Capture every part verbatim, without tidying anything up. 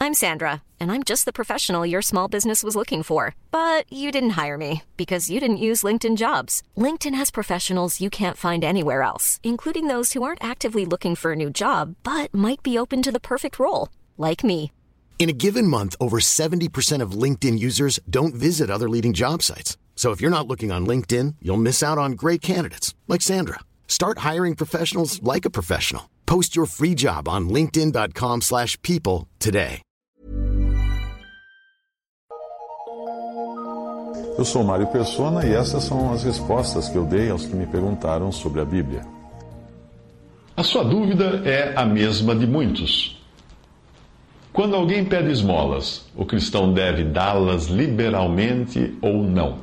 I'm Sandra, and I'm just the professional your small business was looking for. But you didn't hire me because you didn't use LinkedIn Jobs. LinkedIn has professionals you can't find anywhere else, including those who aren't actively looking for a new job, but might be open to the perfect role, like me. In a given month, over seventy percent of LinkedIn users don't visit other leading job sites. So if you're not looking on LinkedIn, you'll miss out on great candidates, like Sandra. Start hiring professionals like a professional. Post your free job on linkedin dot com slash people today. Eu sou Mário Persona e essas são as respostas que eu dei aos que me perguntaram sobre a Bíblia. A sua dúvida é a mesma de muitos. Quando alguém pede esmolas, o cristão deve dá-las liberalmente ou não?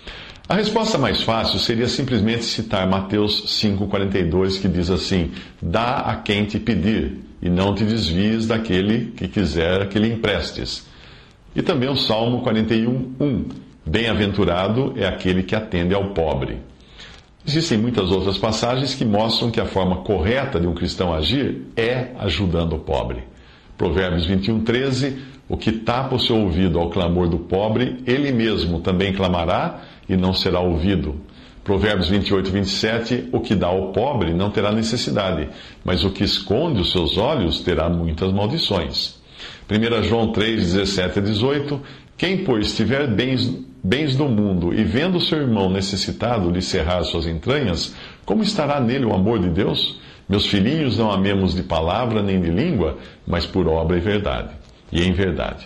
A resposta mais fácil seria simplesmente citar Mateus cinco, quarenta e dois, que diz assim: dá a quem te pedir, e não te desvies daquele que quiser que lhe emprestes. E também o Salmo quarenta e um, um. Bem-aventurado é aquele que atende ao pobre. Existem muitas outras passagens que mostram que a forma correta de um cristão agir é ajudando o pobre. Provérbios vinte e um, treze, o que tapa o seu ouvido ao clamor do pobre, ele mesmo também clamará e não será ouvido. Provérbios vinte e oito, vinte e sete, o que dá ao pobre não terá necessidade, mas o que esconde os seus olhos terá muitas maldições. primeira João três, dezessete a dezoito, quem, pois, tiver bens, bens do mundo e vendo seu irmão necessitado lhe cerrar suas entranhas, como estará nele o amor de Deus? Meus filhinhos, não amemos de palavra nem de língua, mas por obra e verdade, e em verdade.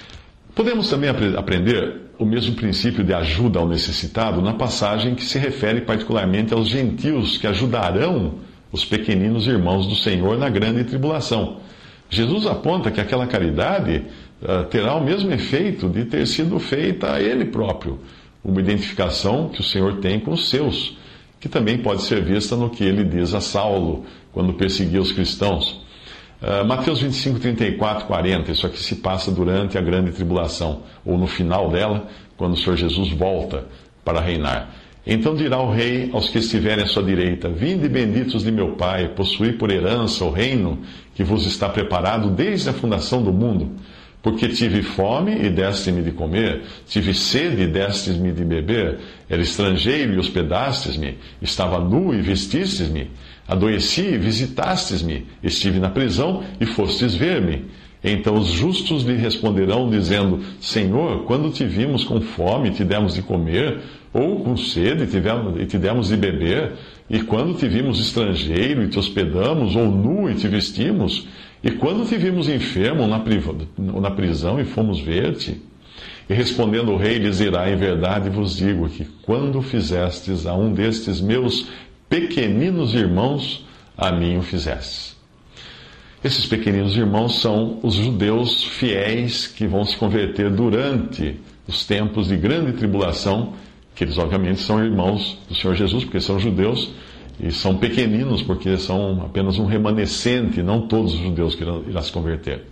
Podemos também ap- aprender o mesmo princípio de ajuda ao necessitado na passagem que se refere particularmente aos gentios que ajudarão os pequeninos irmãos do Senhor na grande tribulação. Jesus aponta que aquela caridade uh, terá o mesmo efeito de ter sido feita a Ele próprio, uma identificação que o Senhor tem com os seus, que também pode ser vista no que ele diz a Saulo, quando perseguia os cristãos. Uh, Mateus vinte e cinco, trinta e quatro, quarenta, isso aqui se passa durante a grande tribulação, ou no final dela, quando o Senhor Jesus volta para reinar. Então dirá o rei aos que estiverem à sua direita: vinde benditos de meu Pai, possuí por herança o reino que vos está preparado desde a fundação do mundo. Porque tive fome e deste-me de comer, tive sede e destes-me de beber, era estrangeiro e hospedastes-me, estava nu e vestistes-me, adoeci e visitastes-me, estive na prisão e fostes ver-me. Então os justos lhe responderão, dizendo: Senhor, quando te vimos com fome e te demos de comer, ou com sede e te demos de beber? E quando te vimos estrangeiro e te hospedamos, ou nu e te vestimos? E quando te vimos enfermo ou na prisão e fomos ver-te? E respondendo o rei, lhes dirá: em verdade vos digo que quando fizestes a um destes meus pequeninos irmãos, a mim o fizestes. Esses pequeninos irmãos são os judeus fiéis que vão se converter durante os tempos de grande tribulação, que eles obviamente são irmãos do Senhor Jesus, porque são judeus, e são pequeninos porque são apenas um remanescente, não todos os judeus que irão, irão se converter.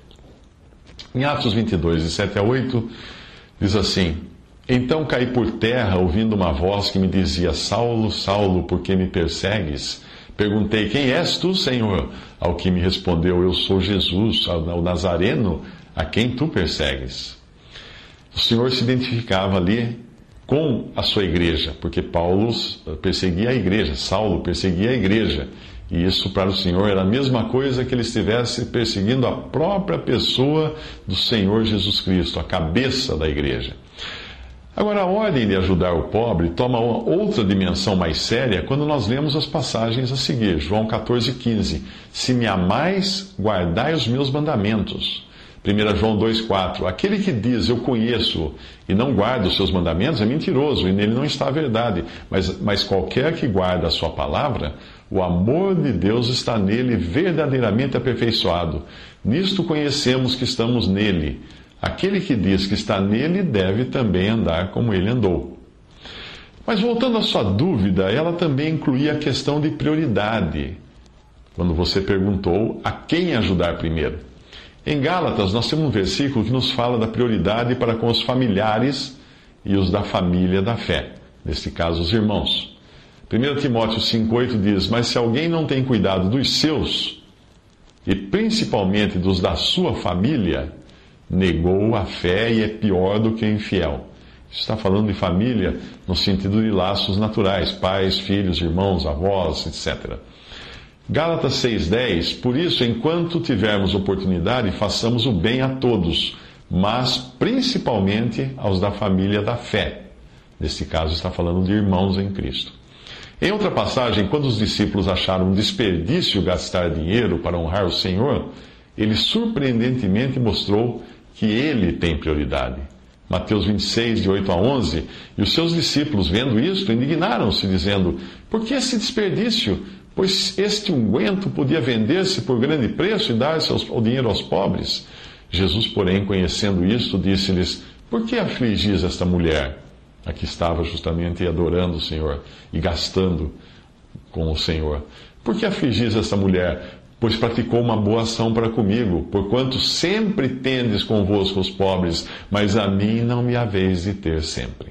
Em Atos vinte e dois, de sete a oito, diz assim: então caí por terra, ouvindo uma voz que me dizia: Saulo, Saulo, por que me persegues? Perguntei: quem és tu, Senhor? Ao que me respondeu: eu sou Jesus, o Nazareno, a quem tu persegues. O Senhor se identificava ali com a sua igreja, porque Paulo perseguia a igreja, Saulo perseguia a igreja. E isso para o Senhor era a mesma coisa que ele estivesse perseguindo a própria pessoa do Senhor Jesus Cristo, a cabeça da igreja. Agora, a ordem de ajudar o pobre toma uma outra dimensão mais séria quando nós lemos as passagens a seguir. João catorze, quinze. Se me amais, guardai os meus mandamentos. primeira João dois, quatro. Aquele que diz, eu conheço, e não guarda os seus mandamentos, é mentiroso, e nele não está a verdade. Mas, mas qualquer que guarda a sua palavra, o amor de Deus está nele verdadeiramente aperfeiçoado. Nisto conhecemos que estamos nele. Aquele que diz que está nele deve também andar como ele andou. Mas voltando à sua dúvida, ela também incluía a questão de prioridade, quando você perguntou a quem ajudar primeiro. Em Gálatas, nós temos um versículo que nos fala da prioridade para com os familiares e os da família da fé, neste caso, os irmãos. primeira Timóteo cinco, oito diz: mas se alguém não tem cuidado dos seus, e principalmente dos da sua família, negou a fé e é pior do que o infiel. Isso está falando de família no sentido de laços naturais, pais, filhos, irmãos, avós, etcétera. Gálatas seis dez, por isso, enquanto tivermos oportunidade, façamos o bem a todos, mas principalmente aos da família da fé. Neste caso está falando de irmãos em Cristo. Em outra passagem, quando os discípulos acharam um desperdício gastar dinheiro para honrar o Senhor, ele surpreendentemente mostrou que ele tem prioridade. Mateus vinte e seis, de oito a onze, e os seus discípulos, vendo isto, indignaram-se, dizendo, por que esse desperdício? Pois este unguento podia vender-se por grande preço e dar-se o dinheiro aos pobres. Jesus, porém, conhecendo isto, disse-lhes, por que afligis esta mulher? Aqui estava justamente adorando o Senhor e gastando com o Senhor. Por que afligis esta mulher? Pois praticou uma boa ação para comigo, porquanto sempre tendes convosco os pobres, mas a mim não me haveis de ter sempre.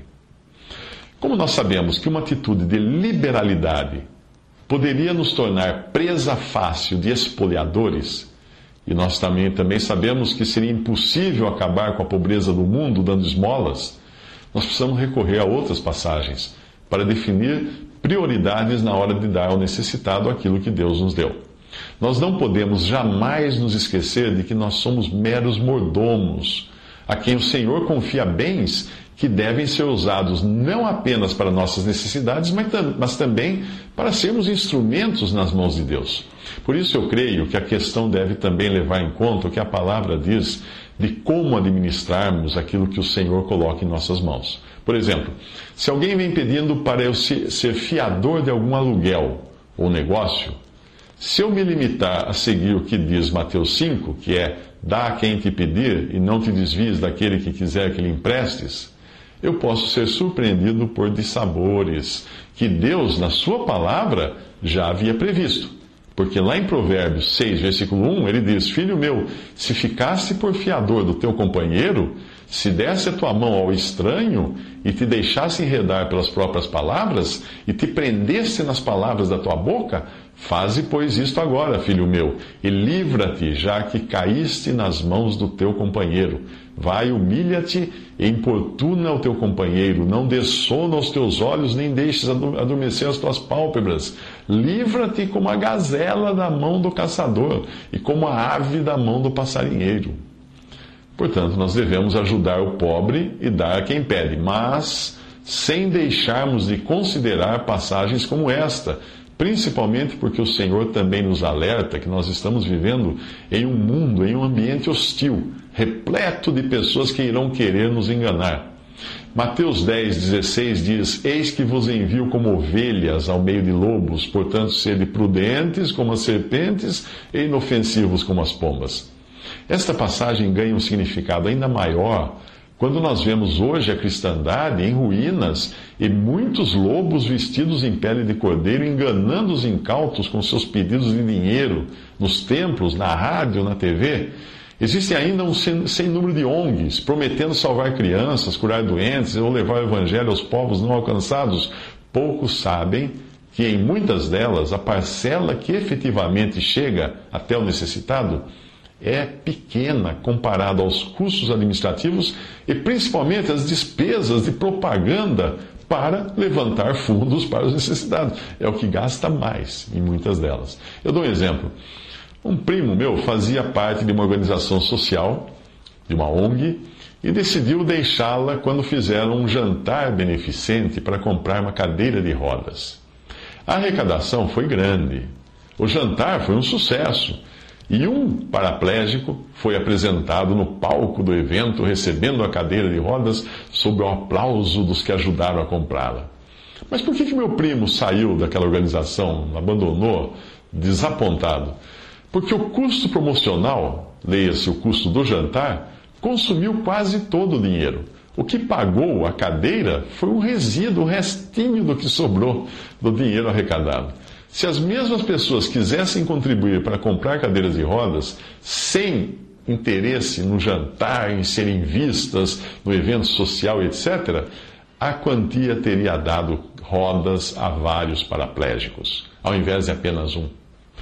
Como nós sabemos que uma atitude de liberalidade poderia nos tornar presa fácil de espoliadores, e nós também, também sabemos que seria impossível acabar com a pobreza do mundo dando esmolas, nós precisamos recorrer a outras passagens para definir prioridades na hora de dar ao necessitado aquilo que Deus nos deu. Nós não podemos jamais nos esquecer de que nós somos meros mordomos, a quem o Senhor confia bens que devem ser usados não apenas para nossas necessidades, mas, mas também para sermos instrumentos nas mãos de Deus. Por isso eu creio que a questão deve também levar em conta o que a palavra diz de como administrarmos aquilo que o Senhor coloca em nossas mãos. Por exemplo, se alguém vem pedindo para eu ser fiador de algum aluguel ou negócio, se eu me limitar a seguir o que diz Mateus cinco, que é, dá a quem te pedir e não te desvies daquele que quiser que lhe emprestes, eu posso ser surpreendido por dissabores que Deus, na sua palavra, já havia previsto. Porque lá em Provérbios seis, versículo um, ele diz, filho meu, se ficasse por fiador do teu companheiro, se desse a tua mão ao estranho e te deixasse enredar pelas próprias palavras e te prendesse nas palavras da tua boca, faze, pois, isto agora, filho meu, e livra-te, já que caíste nas mãos do teu companheiro. Vai, humilha-te e importuna o teu companheiro. Não dê sono aos teus olhos, nem deixes adormecer as tuas pálpebras. Livra-te como a gazela da mão do caçador e como a ave da mão do passarinheiro. Portanto, nós devemos ajudar o pobre e dar a quem pede, mas sem deixarmos de considerar passagens como esta, principalmente porque o Senhor também nos alerta que nós estamos vivendo em um mundo, em um ambiente hostil, repleto de pessoas que irão querer nos enganar. Mateus dez, dezesseis diz, eis que vos envio como ovelhas ao meio de lobos, portanto, sede prudentes como as serpentes e inofensivos como as pombas. Esta passagem ganha um significado ainda maior quando nós vemos hoje a cristandade em ruínas e muitos lobos vestidos em pele de cordeiro enganando os incautos com seus pedidos de dinheiro nos templos, na rádio, na T V. Existe ainda um sem, sem número de O N Gs prometendo salvar crianças, curar doentes ou levar o evangelho aos povos não alcançados. Poucos sabem que em muitas delas a parcela que efetivamente chega até o necessitado é pequena comparada aos custos administrativos e principalmente às despesas de propaganda para levantar fundos para os necessitados. É o que gasta mais em muitas delas. Eu dou um exemplo. Um primo meu fazia parte de uma organização social, de uma O N G, e decidiu deixá-la quando fizeram um jantar beneficente para comprar uma cadeira de rodas. A arrecadação foi grande. O jantar foi um sucesso. E um paraplégico foi apresentado no palco do evento, recebendo a cadeira de rodas sob o aplauso dos que ajudaram a comprá-la. Mas por que que meu primo saiu daquela organização, abandonou, desapontado? Porque o custo promocional, leia-se o custo do jantar, consumiu quase todo o dinheiro. O que pagou a cadeira foi um resíduo, um restinho do que sobrou do dinheiro arrecadado. Se as mesmas pessoas quisessem contribuir para comprar cadeiras de rodas, sem interesse no jantar, em serem vistas, no evento social, etcétera, a quantia teria dado rodas a vários paraplégicos, ao invés de apenas um.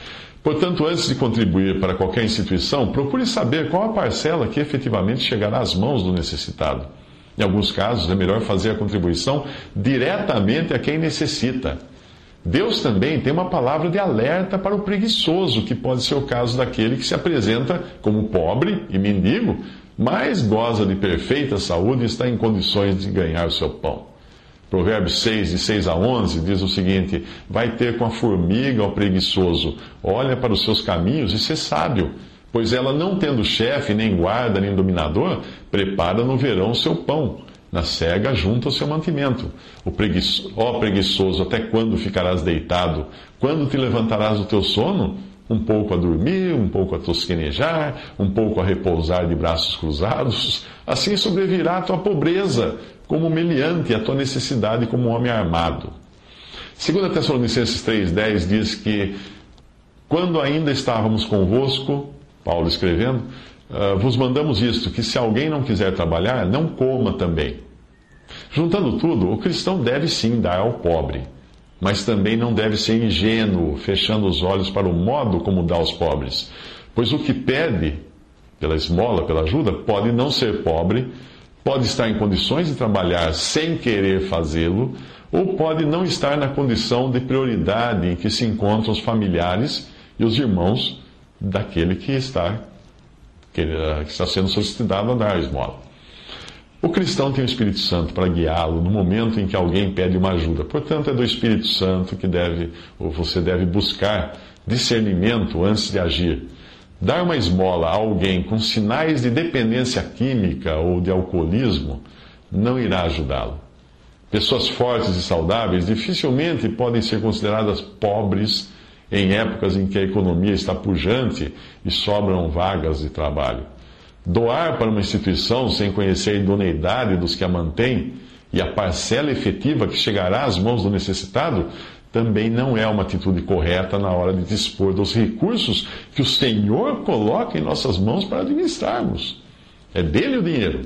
Portanto, antes de contribuir para qualquer instituição, procure saber qual a parcela que efetivamente chegará às mãos do necessitado. Em alguns casos, é melhor fazer a contribuição diretamente a quem necessita. Deus também tem uma palavra de alerta para o preguiçoso, que pode ser o caso daquele que se apresenta como pobre e mendigo, mas goza de perfeita saúde e está em condições de ganhar o seu pão. Provérbios seis, de seis a onze, diz o seguinte: vai ter com a formiga o preguiçoso, olha para os seus caminhos e ser sábio, pois ela, não tendo chefe, nem guarda, nem dominador, prepara no verão o seu pão, na cega junta o seu mantimento. O preguiçoso, ó preguiçoso, até quando ficarás deitado? Quando te levantarás do teu sono? Um pouco a dormir, um pouco a tosquenejar, um pouco a repousar de braços cruzados. Assim sobrevirá a tua pobreza como meliante, a tua necessidade como um homem armado. Segunda Tessalonicenses três, dez diz que, quando ainda estávamos convosco, Paulo escrevendo, uh, vos mandamos isto, que se alguém não quiser trabalhar, não coma também. Juntando tudo, o cristão deve sim dar ao pobre, mas também não deve ser ingênuo, fechando os olhos para o modo como dá aos pobres. Pois o que pede pela esmola, pela ajuda, pode não ser pobre, pode estar em condições de trabalhar sem querer fazê-lo, ou pode não estar na condição de prioridade em que se encontram os familiares e os irmãos daquele que está, que está sendo solicitado a dar a esmola. O cristão tem o Espírito Santo para guiá-lo no momento em que alguém pede uma ajuda. Portanto, é do Espírito Santo que deve, ou você deve buscar discernimento antes de agir. Dar uma esmola a alguém com sinais de dependência química ou de alcoolismo não irá ajudá-lo. Pessoas fortes e saudáveis dificilmente podem ser consideradas pobres em épocas em que a economia está pujante e sobram vagas de trabalho. Doar para uma instituição sem conhecer a idoneidade dos que a mantêm e a parcela efetiva que chegará às mãos do necessitado também não é uma atitude correta na hora de dispor dos recursos que o Senhor coloca em nossas mãos para administrarmos. É dele o dinheiro.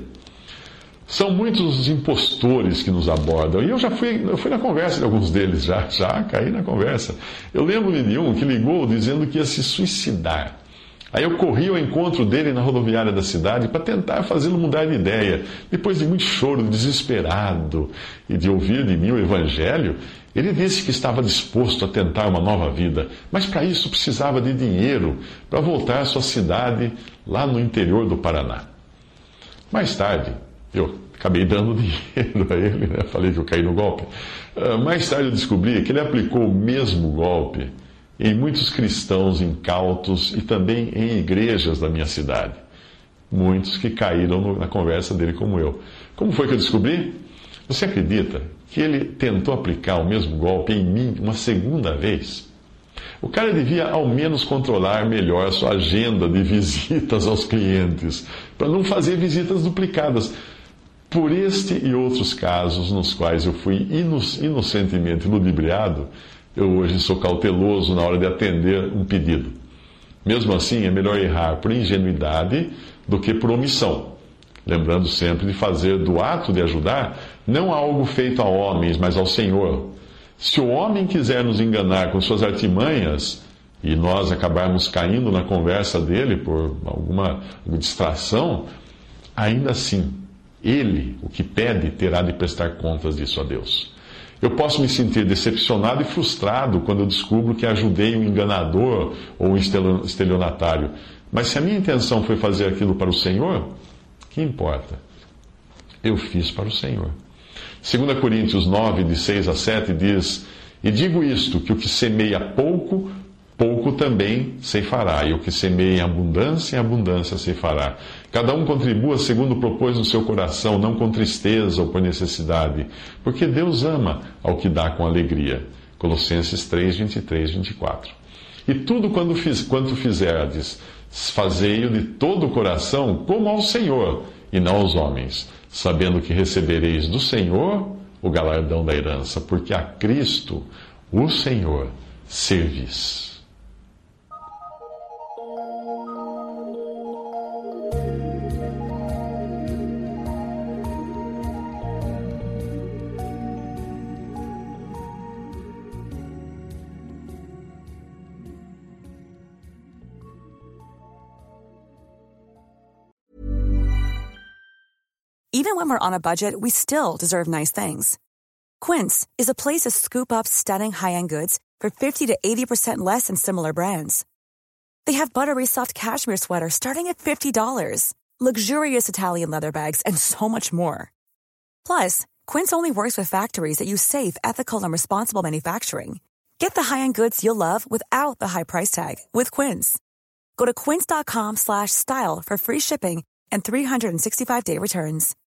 São muitos os impostores que nos abordam. E eu já fui, eu fui na conversa de alguns deles, já, já caí na conversa. Eu lembro-me de um que ligou dizendo que ia se suicidar. Aí eu corri ao encontro dele na rodoviária da cidade para tentar fazê-lo mudar de ideia. Depois de muito choro, desesperado, e de ouvir de mim o Evangelho, ele disse que estava disposto a tentar uma nova vida, mas para isso precisava de dinheiro para voltar à sua cidade lá no interior do Paraná. Mais tarde, eu acabei dando dinheiro a ele, né? Falei que eu caí no golpe. Uh, mais tarde eu descobri que ele aplicou o mesmo golpe em muitos cristãos incautos e também em igrejas da minha cidade. Muitos que caíram no, na conversa dele como eu. Como foi que eu descobri? Você acredita que ele tentou aplicar o mesmo golpe em mim uma segunda vez? O cara devia ao menos controlar melhor a sua agenda de visitas aos clientes, para não fazer visitas duplicadas. Por este e outros casos nos quais eu fui inocentemente ludibriado, eu hoje sou cauteloso na hora de atender um pedido. Mesmo assim, é melhor errar por ingenuidade do que por omissão. Lembrando sempre de fazer do ato de ajudar não algo feito a homens, mas ao Senhor. Se o homem quiser nos enganar com suas artimanhas e nós acabarmos caindo na conversa dele por alguma distração, ainda assim, ele, o que pede, terá de prestar contas disso a Deus. Eu posso me sentir decepcionado e frustrado quando eu descubro que ajudei um enganador ou um estelionatário. Mas se a minha intenção foi fazer aquilo para o Senhor, que importa? Eu fiz para o Senhor. Segunda Coríntios nove, de seis a sete, diz: e digo isto, que o que semeia pouco, pouco também ceifará, e o que semeia em abundância, em abundância ceifará. Cada um contribua segundo propôs no seu coração, não com tristeza ou por necessidade, porque Deus ama ao que dá com alegria. Colossenses três, vinte e três, vinte e quatro. E tudo quando fiz, quanto fizerdes, fazei-o de todo o coração, como ao Senhor, e não aos homens, sabendo que recebereis do Senhor o galardão da herança, porque a Cristo, o Senhor, servis. Even when we're on a budget, we still deserve nice things. Quince is a place to scoop up stunning high-end goods for fifty to eighty percent less than similar brands. They have buttery soft cashmere sweaters starting at fifty dollars, luxurious Italian leather bags, and so much more. Plus, Quince only works with factories that use safe, ethical, and responsible manufacturing. Get the high-end goods you'll love without the high price tag with Quince. Go to quince.com slash style for free shipping and three sixty-five day returns.